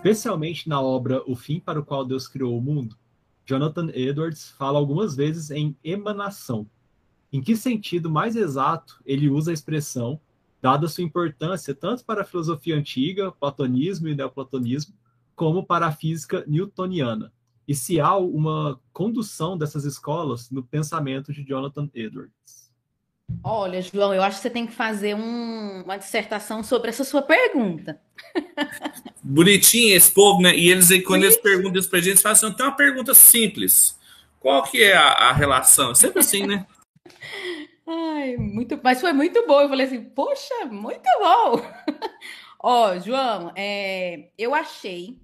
Especialmente na obra O Fim para o Qual Deus Criou o Mundo, Jonathan Edwards fala algumas vezes em emanação. Em que sentido mais exato ele usa a expressão, dada sua importância tanto para a filosofia antiga, platonismo e neoplatonismo, como para a física newtoniana? E se há uma condução dessas escolas no pensamento de Jonathan Edwards? Olha, João, eu acho que você tem que fazer uma dissertação sobre essa sua pergunta. Bonitinho esse povo, né? E eles, quando eles Bonitinho. perguntam isso pra gente, eles falam assim, tem uma pergunta simples. Qual que é a relação? É sempre assim, né? Ai, muito, mas foi muito bom. Eu falei assim, poxa, muito bom. Ó, João, eu achei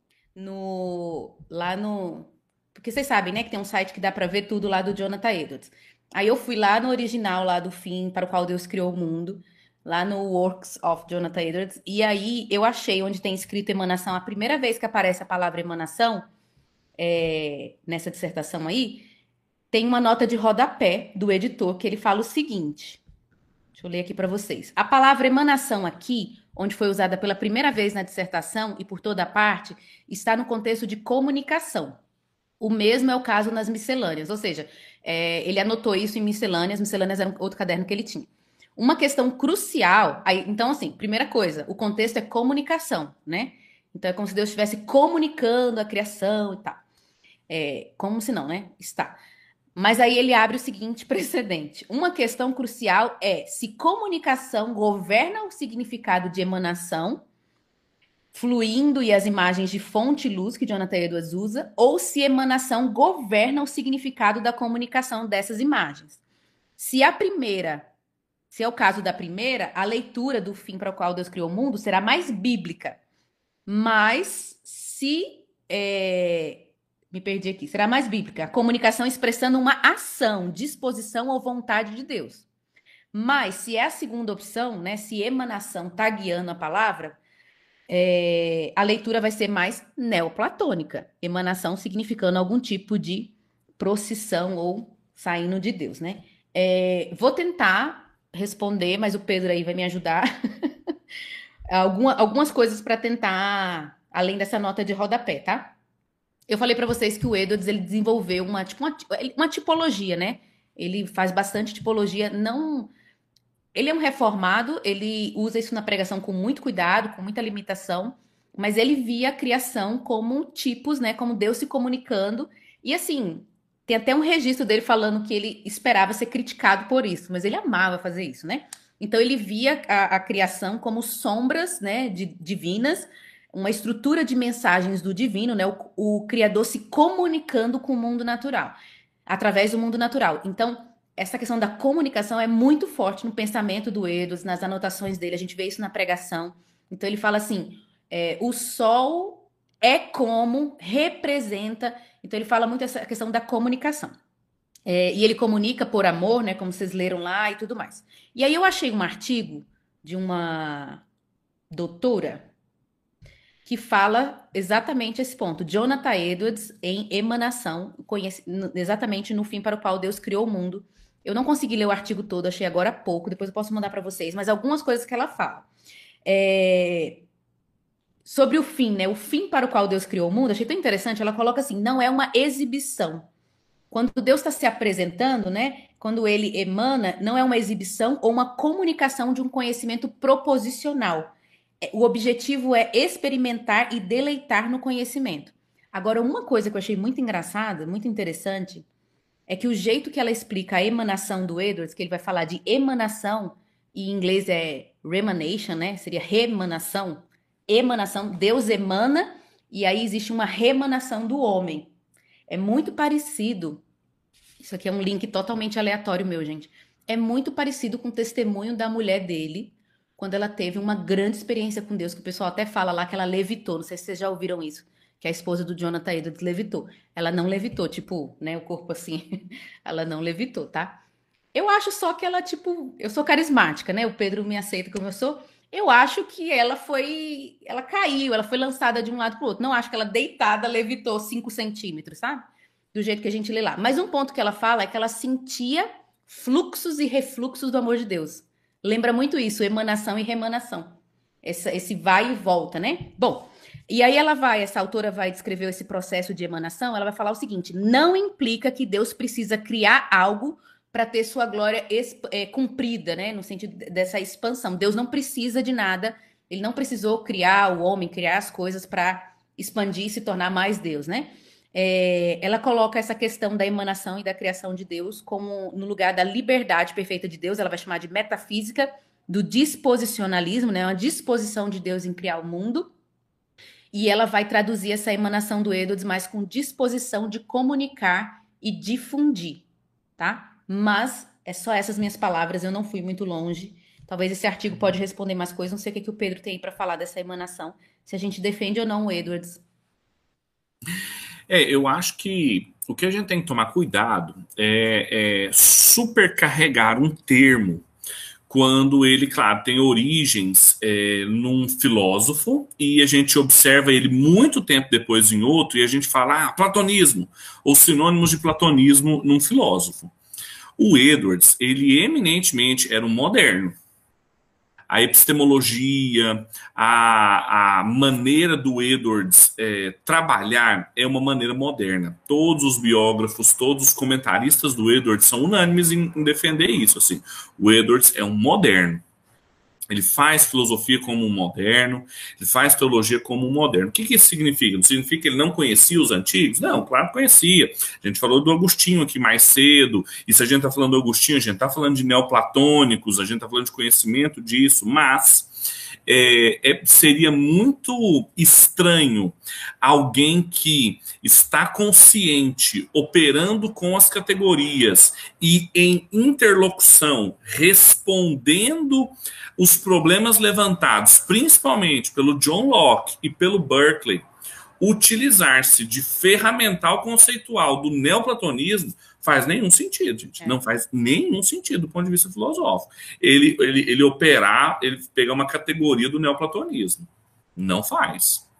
lá no, porque vocês sabem, né, que tem um site que dá pra ver tudo lá do Jonathan Edwards. Aí eu fui lá no original lá do fim para o qual Deus criou o mundo, lá no Works of Jonathan Edwards, e aí eu achei onde tem escrito emanação, a primeira vez que aparece a palavra emanação, nessa dissertação aí, tem uma nota de rodapé do editor que ele fala o seguinte. Deixa eu ler aqui para vocês. A palavra emanação aqui, onde foi usada pela primeira vez na dissertação e por toda parte, está no contexto de comunicação. O mesmo é o caso nas miscelâneas, ou seja, ele anotou isso em miscelâneas, miscelâneas era um outro caderno que ele tinha. Uma questão crucial, aí, então assim, primeira coisa, o contexto é comunicação, né? Então é como se Deus estivesse comunicando a criação e tal. Como se não, né? Está. Mas aí ele abre o seguinte precedente. Uma questão crucial é se comunicação governa o significado de emanação, fluindo e as imagens de fonte e luz que Jonathan Edwards usa, ou se emanação governa o significado da comunicação dessas imagens. Se a primeira, se é o caso da primeira, a leitura do fim para o qual Deus criou o mundo será mais bíblica. Mas se me perdi aqui. Será mais bíblica. A comunicação expressando uma ação, disposição ou vontade de Deus. Mas, se é a segunda opção, né? Se emanação está guiando a palavra, a leitura vai ser mais neoplatônica. Emanação significando algum tipo de procissão ou saindo de Deus, né? Vou tentar responder, mas o Pedro aí vai me ajudar. Algumas coisas para tentar, além dessa nota de rodapé, tá? Eu falei para vocês que o Edwards ele desenvolveu uma tipologia, né? Ele faz bastante tipologia, não. Ele é um reformado, ele usa isso na pregação com muito cuidado, com muita limitação, mas ele via a criação como tipos, né? Como Deus se comunicando. E assim, tem até um registro dele falando que ele esperava ser criticado por isso, mas ele amava fazer isso, né? Então ele via a criação como sombras, né, divinas, uma estrutura de mensagens do divino, né? O Criador se comunicando com o mundo natural, através do mundo natural. Então, essa questão da comunicação é muito forte no pensamento do Edwards, nas anotações dele, a gente vê isso na pregação. Então, ele fala assim: o sol é como, representa. Então, ele fala muito essa questão da comunicação. E ele comunica por amor, né? Como vocês leram lá e tudo mais. E aí, eu achei um artigo de uma doutora que fala exatamente esse ponto. Jonathan Edwards em Emanação, exatamente no fim para o qual Deus criou o mundo. Eu não consegui ler o artigo todo, achei agora há pouco, depois eu posso mandar para vocês, mas algumas coisas que ela fala. Sobre o fim, né? O fim para o qual Deus criou o mundo, achei tão interessante, ela coloca assim, não é uma exibição. Quando Deus está se apresentando, né? Quando ele emana, não é uma exibição ou uma comunicação de um conhecimento proposicional. O objetivo é experimentar e deleitar no conhecimento. Agora, uma coisa que eu achei muito engraçada, muito interessante, é que o jeito que ela explica a emanação do Edwards, que ele vai falar de emanação, e em inglês é remanation, né? Seria remanação. Emanação, Deus emana, e aí existe uma remanação do homem. É muito parecido. Isso aqui é um link totalmente aleatório meu, gente. É muito parecido com o testemunho da mulher dele, quando ela teve uma grande experiência com Deus, que o pessoal até fala lá que ela levitou. Não sei se vocês já ouviram isso, que a esposa do Jonathan Edwards levitou. Ela não levitou, tipo, né, o corpo assim. Ela não levitou, tá? Eu acho só que ela, tipo, eu sou carismática, né? O Pedro me aceita como eu sou. Eu acho que ela caiu, ela foi lançada de um lado pro outro. Não acho que ela deitada levitou 5 centímetros, sabe? Do jeito que a gente lê lá. Mas um ponto que ela fala é que ela sentia fluxos e refluxos do amor de Deus. Lembra muito isso, emanação e remanação. Esse vai e volta, né? Bom, E aí essa autora vai descrever esse processo de emanação, ela vai falar o seguinte: não implica que Deus precisa criar algo para ter sua glória cumprida, né? No sentido dessa expansão. Deus não precisa de nada, ele não precisou criar o homem, criar as coisas para expandir e se tornar mais Deus, né? Ela coloca essa questão da emanação e da criação de Deus como no lugar da liberdade perfeita de Deus, ela vai chamar de metafísica do disposicionalismo, né? Uma disposição de Deus em criar o mundo. E ela vai traduzir essa emanação do Edwards mais com disposição de comunicar e difundir, tá? Mas é só essas minhas palavras, eu não fui muito longe. Talvez esse artigo pode responder mais coisas, não sei o que o Pedro tem para falar dessa emanação, se a gente defende ou não o Edwards. Eu acho que o que a gente tem que tomar cuidado é supercarregar um termo quando ele, claro, tem origens num filósofo e a gente observa ele muito tempo depois em outro e a gente fala, platonismo, ou sinônimos de platonismo num filósofo. O Edwards, ele eminentemente era um moderno. A epistemologia, a maneira do Edwards trabalhar é uma maneira moderna. Todos os biógrafos, todos os comentaristas do Edwards são unânimes em defender isso. Assim. O Edwards é um moderno. Ele faz filosofia como um moderno, ele faz teologia como um moderno. O que isso significa? Não significa que ele não conhecia os antigos? Não, claro que conhecia. A gente falou do Agostinho aqui mais cedo, e se a gente está falando do Agostinho, a gente está falando de neoplatônicos, a gente está falando de conhecimento disso, mas seria muito estranho alguém que está consciente, operando com as categorias e em interlocução, respondendo os problemas levantados, principalmente pelo John Locke e pelo Berkeley, utilizar-se de ferramental conceitual do neoplatonismo faz nenhum sentido, gente. Não faz nenhum sentido do ponto de vista filosófico. Ele operar, ele pegar uma categoria do neoplatonismo. Não faz.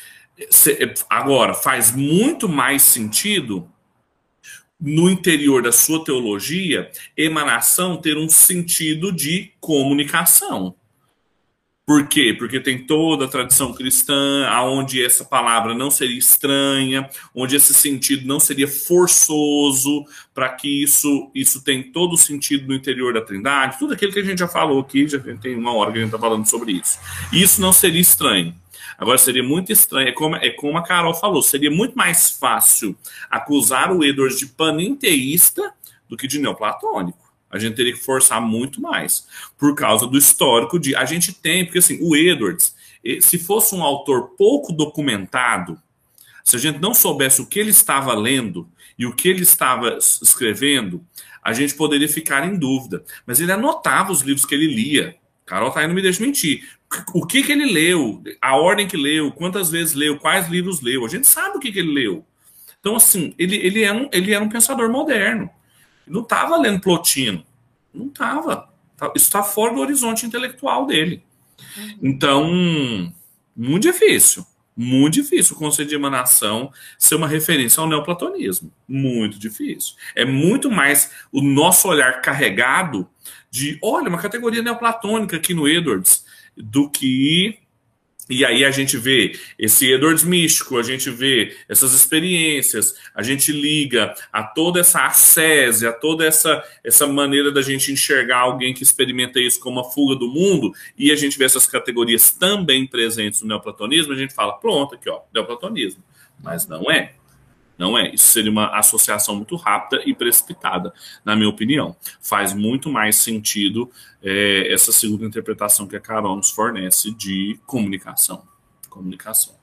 Agora, faz muito mais sentido no interior da sua teologia, emanação ter um sentido de comunicação. Por quê? Porque tem toda a tradição cristã, onde essa palavra não seria estranha, onde esse sentido não seria forçoso, para que isso tem todo o sentido no interior da Trindade, tudo aquilo que a gente já falou aqui, já tem uma hora que a gente está falando sobre isso. E isso não seria estranho. Agora, seria muito estranho, é como a Carol falou, seria muito mais fácil acusar o Edwards de panenteísta do que de neoplatônico. A gente teria que forçar muito mais, por causa do histórico de... A gente tem, porque assim, o Edwards, se fosse um autor pouco documentado, se a gente não soubesse o que ele estava lendo e o que ele estava escrevendo, a gente poderia ficar em dúvida. Mas ele anotava os livros que ele lia. Carol tá aí, não me deixa mentir. O que ele leu, a ordem que leu, quantas vezes leu, quais livros leu. A gente sabe o que ele leu. Então, assim, ele era um pensador moderno. Não estava lendo Plotino. Não estava. Isso está fora do horizonte intelectual dele. Então, muito difícil. Muito difícil o conceito de emanação ser uma referência ao neoplatonismo. Muito difícil. É muito mais o nosso olhar carregado de, olha, uma categoria neoplatônica aqui no Edwards, do que... E aí a gente vê esse Edwards místico, a gente vê essas experiências, a gente liga a toda essa ascese, a toda essa maneira da gente enxergar alguém que experimenta isso como uma fuga do mundo, e a gente vê essas categorias também presentes no neoplatonismo, a gente fala, pronto, aqui ó, neoplatonismo. Mas não é. Não é. Isso seria uma associação muito rápida e precipitada, na minha opinião. Faz muito mais sentido essa segunda interpretação que a Carol nos fornece de comunicação. Comunicação.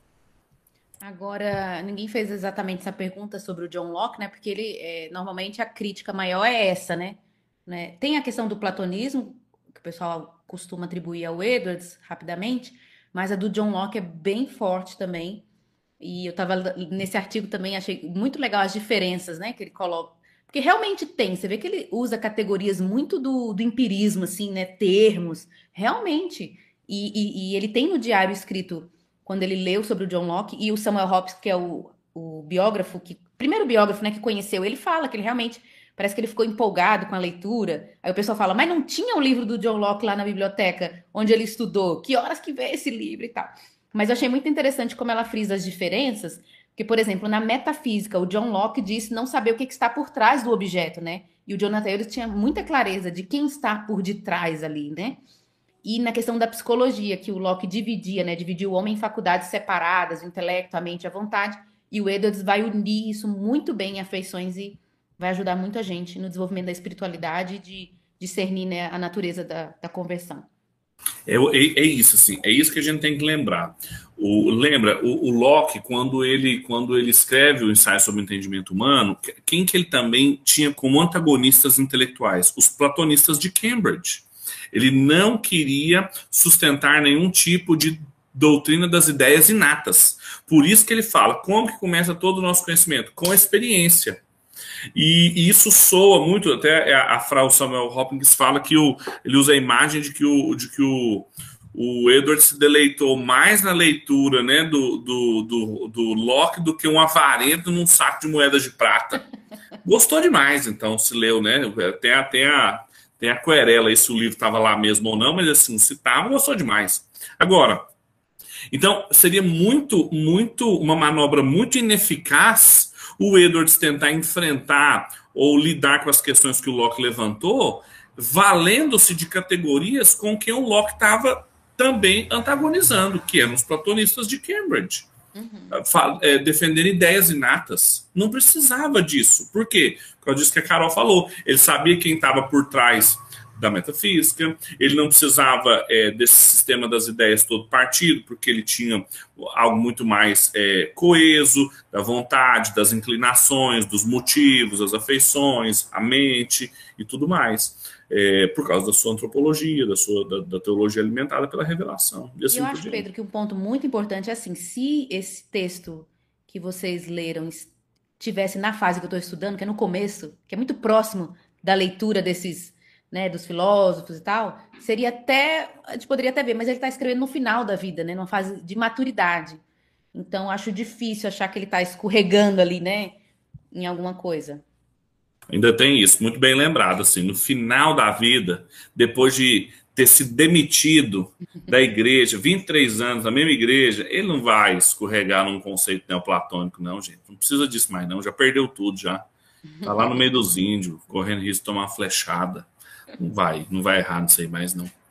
Agora, ninguém fez exatamente essa pergunta sobre o John Locke, né? Porque ele, normalmente, a crítica maior é essa, né? Tem a questão do platonismo, que o pessoal costuma atribuir ao Edwards, rapidamente, mas a do John Locke é bem forte também. E eu estava nesse artigo também, achei muito legal as diferenças, né, que ele coloca. Porque realmente tem, você vê que ele usa categorias muito do empirismo, assim, né, termos, realmente. E ele tem no diário escrito, quando ele leu sobre o John Locke, e o Samuel Hobbes, que é o biógrafo, primeiro biógrafo, né, que conheceu, ele fala que ele realmente, parece que ele ficou empolgado com a leitura. Aí o pessoal fala, mas não tinha um livro do John Locke lá na biblioteca, onde ele estudou? Que horas que vê esse livro e tal? Mas eu achei muito interessante como ela frisa as diferenças, porque, por exemplo, na metafísica, o John Locke disse não saber o que está por trás do objeto, né? E o Jonathan Edwards tinha muita clareza de quem está por detrás ali, né? E na questão da psicologia, que o Locke dividia, né? Dividia o homem em faculdades separadas, o intelecto, a mente, a vontade. E o Edwards vai unir isso muito bem em Afeições e vai ajudar muita gente no desenvolvimento da espiritualidade e de discernir, né, a natureza da conversão. É isso, assim, é isso que a gente tem que lembrar. Lembra, o Locke, quando ele escreve o Ensaio sobre o Entendimento Humano, quem que ele também tinha como antagonistas intelectuais? Os platonistas de Cambridge. Ele não queria sustentar nenhum tipo de doutrina das ideias inatas. Por isso que ele fala, como que começa todo o nosso conhecimento? Com a experiência. E isso soa muito, até a Frau Samuel Hopkins fala que ele usa a imagem de que o Edward se deleitou mais na leitura, né, do Locke do que um avarento num saco de moedas de prata. Gostou demais, então, se leu, né? Tem a querela aí se o livro estava lá mesmo ou não, mas assim, se estava, gostou demais. Agora, então, seria uma manobra muito ineficaz o Edwards tentar enfrentar ou lidar com as questões que o Locke levantou, valendo-se de categorias com quem o Locke estava também antagonizando, que eram os platonistas de Cambridge. Defendendo ideias inatas. Não precisava disso. Por quê? Porque eu disse que a Carol falou. Ele sabia quem estava por trás da metafísica, ele não precisava desse sistema das ideias todo partido, porque ele tinha algo muito mais coeso, da vontade, das inclinações, dos motivos, das afeições, a mente e tudo mais, por causa da sua antropologia, da teologia alimentada pela revelação. E assim eu acho, Pedro, que um ponto muito importante é assim, se esse texto que vocês leram estivesse na fase que eu estou estudando, que é no começo, que é muito próximo da leitura desses, né, dos filósofos e tal, seria até, a gente poderia até ver, mas ele está escrevendo no final da vida, né, numa fase de maturidade. Então, acho difícil achar que ele está escorregando ali, né, em alguma coisa. Ainda tem isso, muito bem lembrado, assim, no final da vida, depois de ter sido demitido da igreja, 23 anos na mesma igreja, ele não vai escorregar num conceito neoplatônico, não, gente. Não precisa disso mais, não. Já perdeu tudo, já. Tá lá no meio dos índios, correndo risco de tomar uma flechada. Não vai errar nisso aí mais, não.